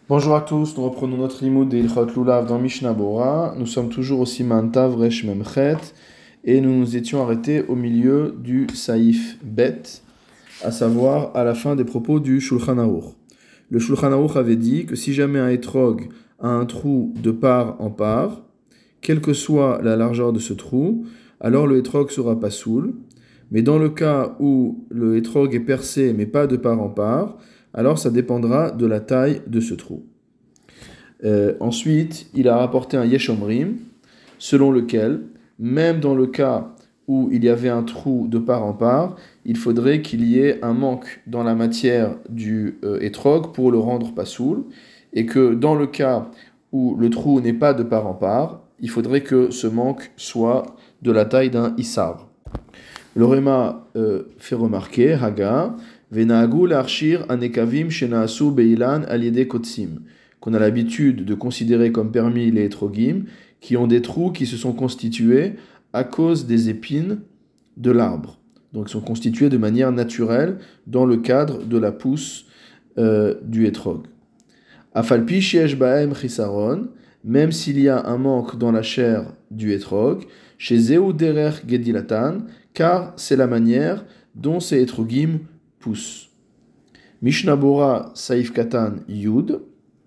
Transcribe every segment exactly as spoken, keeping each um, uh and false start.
Bonjour à tous, nous reprenons notre limoud de Ilchot Lulav dans Mishnah Bora. Nous sommes toujours au Siman Tav Resh Memchet et nous nous étions arrêtés au milieu du Saïf Bet, à savoir à la fin des propos du Shulchan Aruch. Le Shulchan Aruch avait dit que si jamais un étrog a un trou de part en part, quelle que soit la largeur de ce trou, alors le étrog sera pas soul. Mais dans le cas où le étrog est percé mais pas de part en part, alors ça dépendra de la taille de ce trou. Euh, ensuite, il a rapporté un Yeshomrim, selon lequel, même dans le cas où il y avait un trou de part en part, il faudrait qu'il y ait un manque dans la matière du euh, étrog pour le rendre pas soul, et que dans le cas où le trou n'est pas de part en part, il faudrait que ce manque soit de la taille d'un issar. Le Réma euh, fait remarquer, Haga, Venaagul arshir anekavim shenaasu beilan aliede kotsim, qu'on a l'habitude de considérer comme permis les étrogim, qui ont des trous qui se sont constitués à cause des épines de l'arbre. Donc ils sont constitués de manière naturelle dans le cadre de la pousse euh, du étrog. Afalpi sheesh baem chisaron, même s'il y a un manque dans la chair du étrog, chez Zeu derer gedilatan, car c'est la manière dont ces étrogim poussent. Mishnah Bora Saif Katan Yud,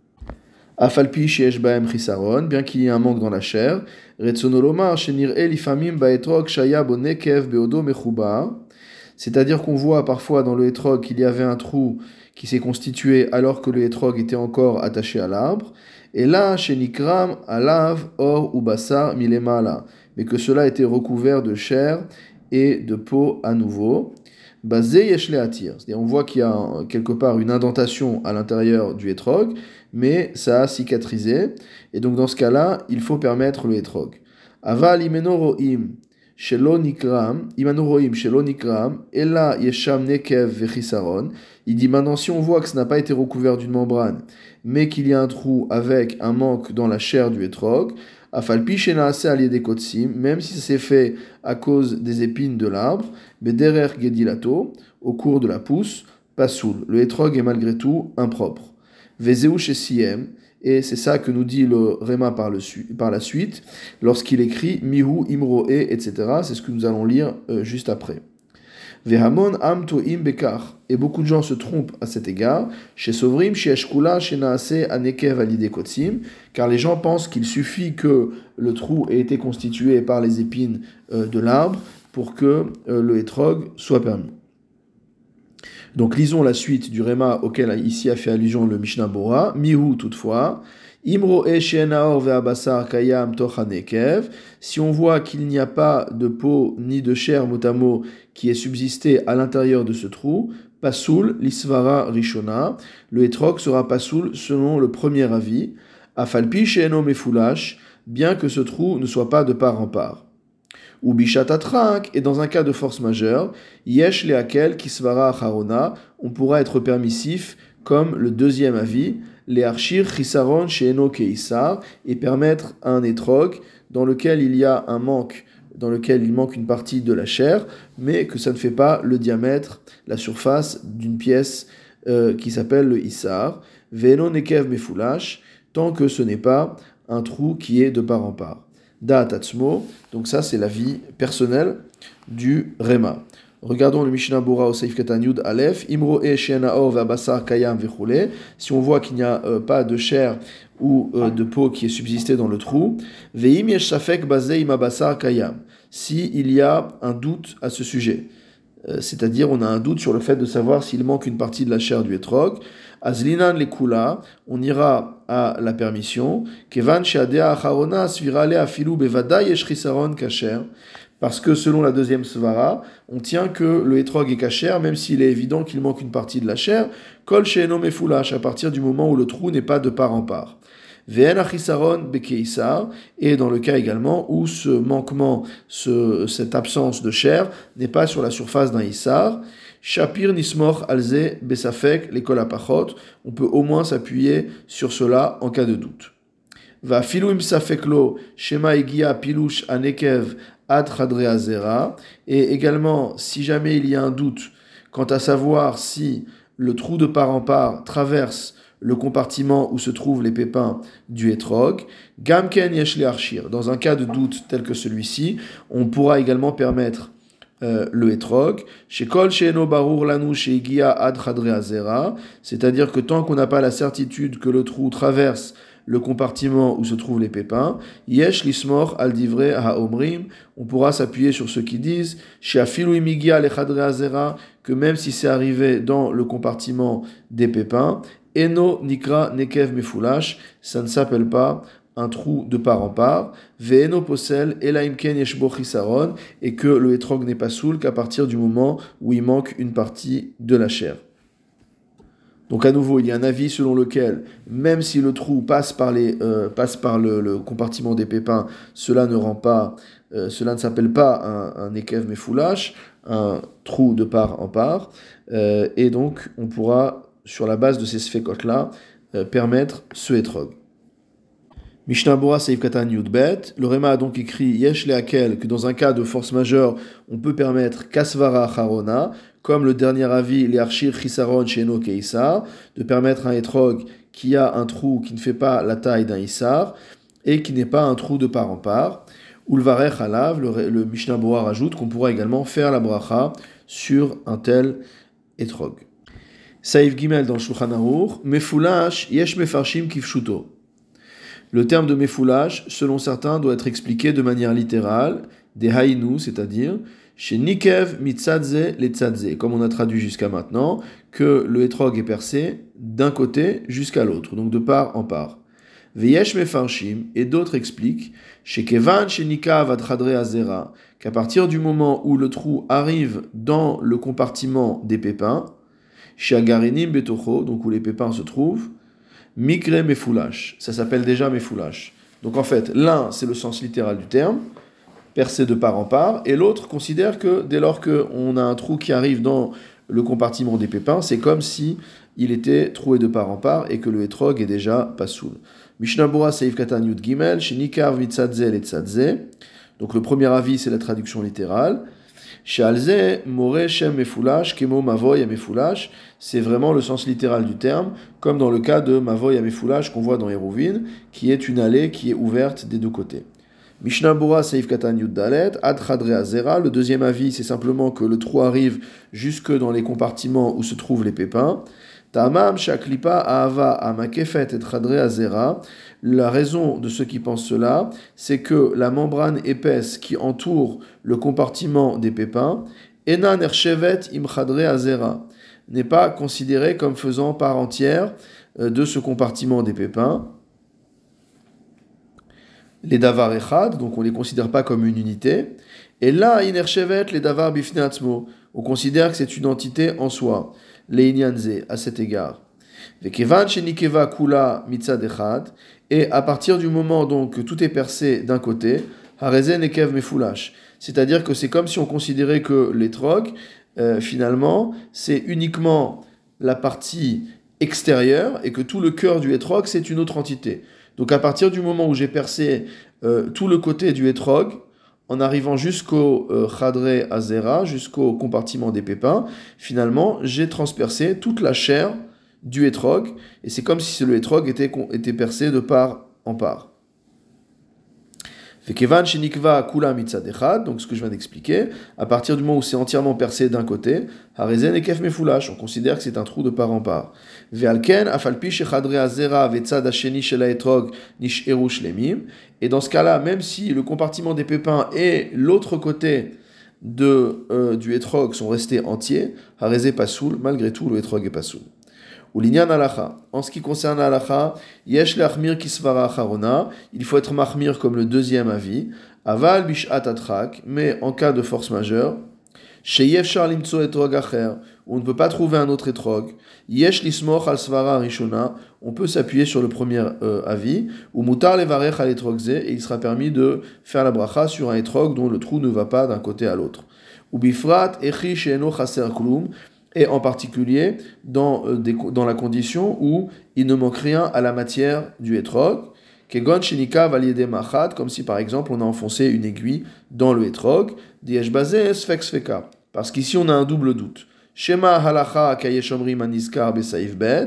Afalpi sheesh baem chisaron, bien qu'il y ait un manque dans la chair, retsonolomar shenir elifamim baetrog shaya bonekev beodo mechubar, c'est-à-dire qu'on voit parfois dans le étrog qu'il y avait un trou qui s'est constitué alors que le étrog était encore attaché à l'arbre, et là, shenikram alav or ou basar milemala, mais que cela était recouvert de chair et de peau à nouveau. Basé yeshle atir, c'est-à-dire on voit qu'il y a quelque part une indentation à l'intérieur du étrog, mais ça a cicatrisé, et donc dans ce cas-là, il faut permettre le étrog. Aval imeno ro'im shelo nikram, imano ro'im shelo nikram, ella yesham nekev vechisaron. Il dit maintenant si on voit que ça n'a pas été recouvert d'une membrane, mais qu'il y a un trou avec un manque dans la chair du étrog, afalpi shenaase aliede kotsim, même si ça s'est fait à cause des épines de l'arbre, bederer gedilato, au cours de la pousse, pas soul. Le étrog est malgré tout impropre. Vezeu shesiem, et c'est ça que nous dit le Réma par, le su- par la suite, lorsqu'il écrit mihu imroe, et cetera. C'est ce que nous allons lire euh, juste après. Vehamon am to'im bekar, et beaucoup de gens se trompent à cet égard, chez Sovrim, chez Eshkula, chez Naase, Anekev, Alide Kotsim, car les gens pensent qu'il suffit que le trou ait été constitué par les épines euh, de l'arbre pour que euh, le hétrog soit permis. Donc lisons la suite du Réma auquel ici a fait allusion le Mishnah Bora. Mihu toutefois, Imro e shenaor ve'abasar kayam toch hanekev. Si on voit qu'il n'y a pas de peau ni de chair motamo qui est subsisté à l'intérieur de ce trou, pasoul l'isvara rishona, le hétrog sera pasoul selon le premier avis. Afalpi she'eno mefulash, bien que ce trou ne soit pas de part en part. Ou bishatatrak, et dans un cas de force majeure, yesh leakel kisvara acharona, on pourra être permissif comme le deuxième avis, les archir chisaron sheeno keisar, et permettre à un étrog dans lequel il y a un manque, dans lequel il manque une partie de la chair, mais que ça ne fait pas le diamètre, la surface d'une pièce euh, qui s'appelle le issar, ve'eno nekev mefulash, tant que ce n'est pas un trou qui est de part en part. Da'atatzmo, donc ça c'est l'avis personnel du Réma. Regardons le Mishnah Bora au Seif Katan Yud Aleph, Imro e shenaor ve'abasar kayam vechule. Si on voit qu'il n'y a euh, pas de chair ou euh, de peau qui est subsisté dans le trou, ve'im yesh safek bazei im abasar kayam. Si il y a un doute à ce sujet, euh, c'est-à-dire on a un doute sur le fait de savoir s'il manque une partie de la chair du hétrog, Azlinan le kula, on ira à la permission. Kevan sheadea acharona svirale afilu bevada yesh chisaron kasher. Parce que selon la deuxième svara, on tient que le hétrog est kasher, même s'il est évident qu'il manque une partie de la chair. Kol she'eno mefulash, à partir du moment où le trou n'est pas de part en part. Ve'en achisaron bekeisar, et dans le cas également où ce manquement, ce, cette absence de chair n'est pas sur la surface d'un issar. Shapir nismor alze besafek l'école apachot, on peut au moins s'appuyer sur cela en cas de doute. Va filuim safeklo shema egia pilush anekev ad chadre azera, et également si jamais il y a un doute quant à savoir si le trou de part en part traverse le compartiment où se trouvent les pépins du etrog, gamken yesh le'arshir. Dans un cas de doute tel que celui-ci, on pourra également permettre euh, le etrog, chez kol she'eno barur lanu she'igia ad chadre azera, c'est-à-dire que tant qu'on n'a pas la certitude que le trou traverse le compartiment où se trouvent les pépins, yesh lismor al divrei haomrim, on pourra s'appuyer sur ceux qui disent, chez afilu imigia le chadre azera, que même si c'est arrivé dans le compartiment des pépins, eno nikra nekev mefulash, ça ne s'appelle pas un trou de part en part, ve'eno posel elaimken yeshbo chisaron, et que le etrog n'est pas soul qu'à partir du moment où il manque une partie de la chair. Donc à nouveau, il y a un avis selon lequel, même si le trou passe par, les, euh, passe par le, le compartiment des pépins, cela ne rend pas, euh, cela ne s'appelle pas un, un ekev mefulash, un trou de part en part, euh, et donc on pourra, sur la base de ces sfekot-là, euh, permettre ce etrog. Mishnah Bora Seif Katan Yudbet, le Réma a donc écrit Yesh Leakel, que dans un cas de force majeure, on peut permettre Kasvara Charona, comme le dernier avis, Learchir Chisaron Sheno Keisar, de permettre un etrog qui a un trou qui ne fait pas la taille d'un Issar, et qui n'est pas un trou de part en part. Ulvarech Halav, le, le Mishnah Bora rajoute qu'on pourra également faire la bracha sur un tel etrog. Saïf Gimel dans le Shulchan Aruch, Mefulash Yesh Mefarshim Kifshuto. Le terme de mefoulash, selon certains, doit être expliqué de manière littérale, des haïnou, c'est-à-dire chez Nikev mitzadze le tzadze, comme on a traduit jusqu'à maintenant, que le etrog est percé d'un côté jusqu'à l'autre, donc de part en part. Veyesh mefarshim, et d'autres expliquent chez Kevan chez Nikav adchadre azera, qu'à partir du moment où le trou arrive dans le compartiment des pépins, chez Agarinim betocho, donc où les pépins se trouvent, Mikre mefoulash, ça s'appelle déjà mefoulash. Donc en fait, l'un c'est le sens littéral du terme, percé de part en part, et l'autre considère que dès lors qu'on a un trou qui arrive dans le compartiment des pépins, c'est comme si il était troué de part en part et que le etrog est déjà pas soul. Mishnah Bora Seif Katan Yud Gimel, Shinikav mitzadze le tzadze. Donc le premier avis c'est la traduction littérale. Shalze more shem mefoulash kemo mavoy mefoulash, c'est vraiment le sens littéral du terme, comme dans le cas de mavoy mefoulash qu'on voit dans Hérouvine, qui est une allée qui est ouverte des deux côtés. Mishnah Bora Seif Katan Yud Dalet ad chadre azera, le deuxième avis c'est simplement que le trou arrive jusque dans les compartiments où se trouvent les pépins. Tamam shaklipa ahava amakefet et chadre azera. La raison de ceux qui pensent cela, c'est que la membrane épaisse qui entoure le compartiment des pépins, ena nerchevet im chadre azera, n'est pas considérée comme faisant part entière de ce compartiment des pépins. Les davar echad, donc on ne les considère pas comme une unité. Et là, inerchevet les davar bifne atzmo, on considère que c'est une entité en soi. Les inyanze, à cet égard. Vekevan shenikeva kula mitzad echad, et à partir du moment donc que tout est percé d'un côté, harezen ekev mefoulash, c'est-à-dire que c'est comme si on considérait que l'étrog, euh, finalement, c'est uniquement la partie extérieure et que tout le cœur du etrog, c'est une autre entité. Donc à partir du moment où j'ai percé euh, tout le côté du etrog, en arrivant jusqu'au euh, chadre azera, jusqu'au compartiment des pépins, finalement, j'ai transpercé toute la chair du etrog, et c'est comme si le etrog était, était percé de part en part. Fekevan shenikva kula mitzad echad, donc ce que je viens d'expliquer, à partir du moment où c'est entièrement percé d'un côté, harezen ekef mefoulash, on considère que c'est un trou de part en part. Ve'alken afalpi shechadre azera vetzad hasheni shel haetrog nisheru shlemim, et dans ce cas-là, même si le compartiment des pépins et l'autre côté de, euh, du etrog sont restés entiers, hareze pasoul, malgré tout le etrog est pasoul. Ou l'inyan halacha. En ce qui concerne halacha, yesh leachmir kisvara acharona, il faut être mahmir comme le deuxième avis, aval bishat atrak, mais en cas de force majeure, sheyef shar limtso etrog acher, où on ne peut pas trouver un autre etrog, yesh lismoch al svara rishona, on peut s'appuyer sur le premier euh, avis, ou mutar levarech al etrogze, et il sera permis de faire la bracha sur un etrog dont le trou ne va pas d'un côté à l'autre. Ou bifrat echi sheeno chaser klum, et en particulier dans, euh, des, dans la condition où il ne manque rien à la matière du etrog, kegon shenika valiede machat, comme si par exemple on a enfoncé une aiguille dans le etrog, diesh bazé sfek sfeka, parce qu'ici on a un double doute. Shema halacha kayeshomrim aniskar besaif bet,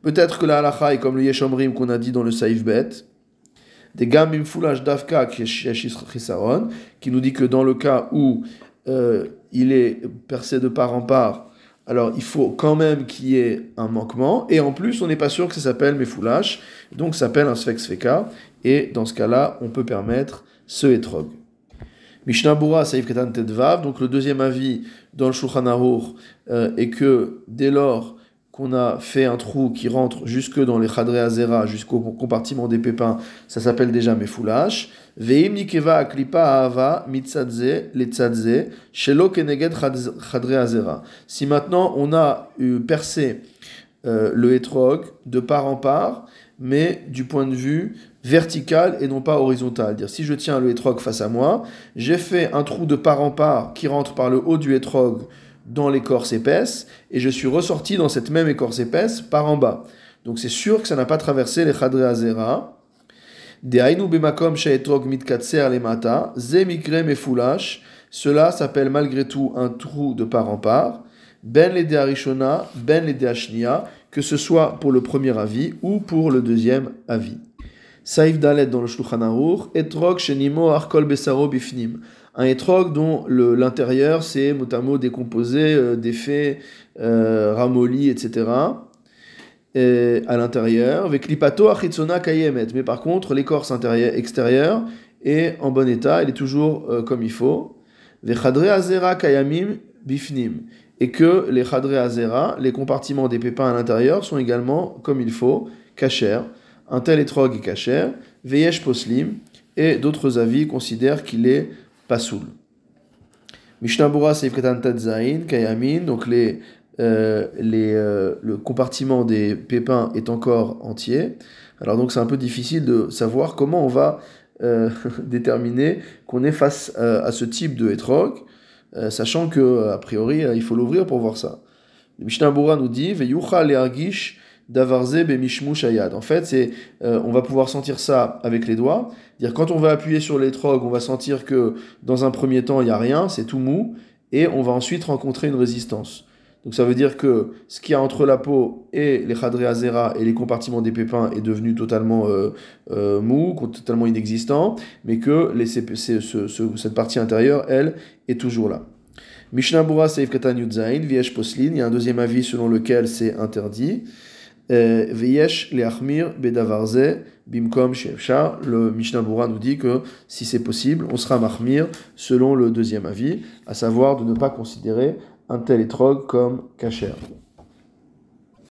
Peut-être que la halacha est comme le yeshomrim qu'on a dit dans le saif bet, des gambim foulage davka chisaron, qui nous dit que dans le cas où euh, il est percé de part en part, alors il faut quand même qu'il y ait un manquement, et en plus on n'est pas sûr que ça s'appelle mefoulash, donc ça s'appelle un sfek sveka, et dans ce cas-là on peut permettre ce etrog. Mishnah Bura Saïf Ketan Tedvav, donc le deuxième avis dans le Shulchan Aruch euh, est que dès lors qu'on a fait un trou qui rentre jusque dans les Chadrei Azera, jusqu'au compartiment des pépins, ça s'appelle déjà Mefoulash. Veim Nikeva Aklipa Ahava Mitzadze Letzadze Shelo Keneged Chadrei Azera. Si maintenant on a eu percé euh, le hétrog de part en part, mais du point de vue vertical et non pas horizontal. Dire, si je tiens le hétrog face à moi, j'ai fait un trou de part en part qui rentre par le haut du hétrog dans l'écorce épaisse, et je suis ressorti dans cette même écorce épaisse par en bas. Donc c'est sûr que ça n'a pas traversé les Chadrei Azera. Dehainu bemakom she'etrog mitkatser lemata, ze mikre mefoulash, cela s'appelle malgré tout un trou de part en part, ben le deharishona, ben le dehashnia, que ce soit pour le premier avis ou pour le deuxième avis. Saïf Dalet dans le Shulchan Aruch, etrog shenimo arkol besaro bifnim. Un etrog dont le, l'intérieur c'est motamo décomposé, euh, défait, euh, ramolli, et cetera. Et à l'intérieur, avec lipato achitzona kayemet. Mais par contre, l'écorce extérieure est en bon état, elle est toujours euh, comme il faut. Vechadrei azera kayamim bifnim. Et que les chadrei azera, les compartiments des pépins à l'intérieur, sont également comme il faut, kasher. Un tel etrog est kasher. Veyesh poslim. Et d'autres avis considèrent qu'il est pasoul. Mishnah Bura Seif Ketan Tadzain Kayamin, donc les, euh, les, euh, le compartiment des pépins est encore entier. Alors donc c'est un peu difficile de savoir comment on va euh, déterminer qu'on est face euh, à ce type de hétrog, euh, sachant que a priori euh, il faut l'ouvrir pour voir ça. Le Mishnah Bura nous dit Veyucha le'argish davarze bemishmush ayad. En fait, c'est euh, on va pouvoir sentir ça avec les doigts. Dire quand on va appuyer sur l'étrog, on va sentir que dans un premier temps il y a rien, c'est tout mou, et on va ensuite rencontrer une résistance. Donc ça veut dire que ce qu'il y a entre la peau et les Chadrei Azera et les compartiments des pépins est devenu totalement euh, euh, mou, totalement inexistant, mais que les, ce, ce, ce, cette partie intérieure, elle, est toujours là. Mishnah Bura Seif Ketan Yudzain, Viesh Poslin, il y a un deuxième avis selon lequel c'est interdit. Veyesh leachmir bedavarze bimkom sheefshar. Le Mishnah Bura nous dit que si c'est possible, on sera mahmir selon le deuxième avis, à savoir de ne pas considérer un tel etrog comme kasher.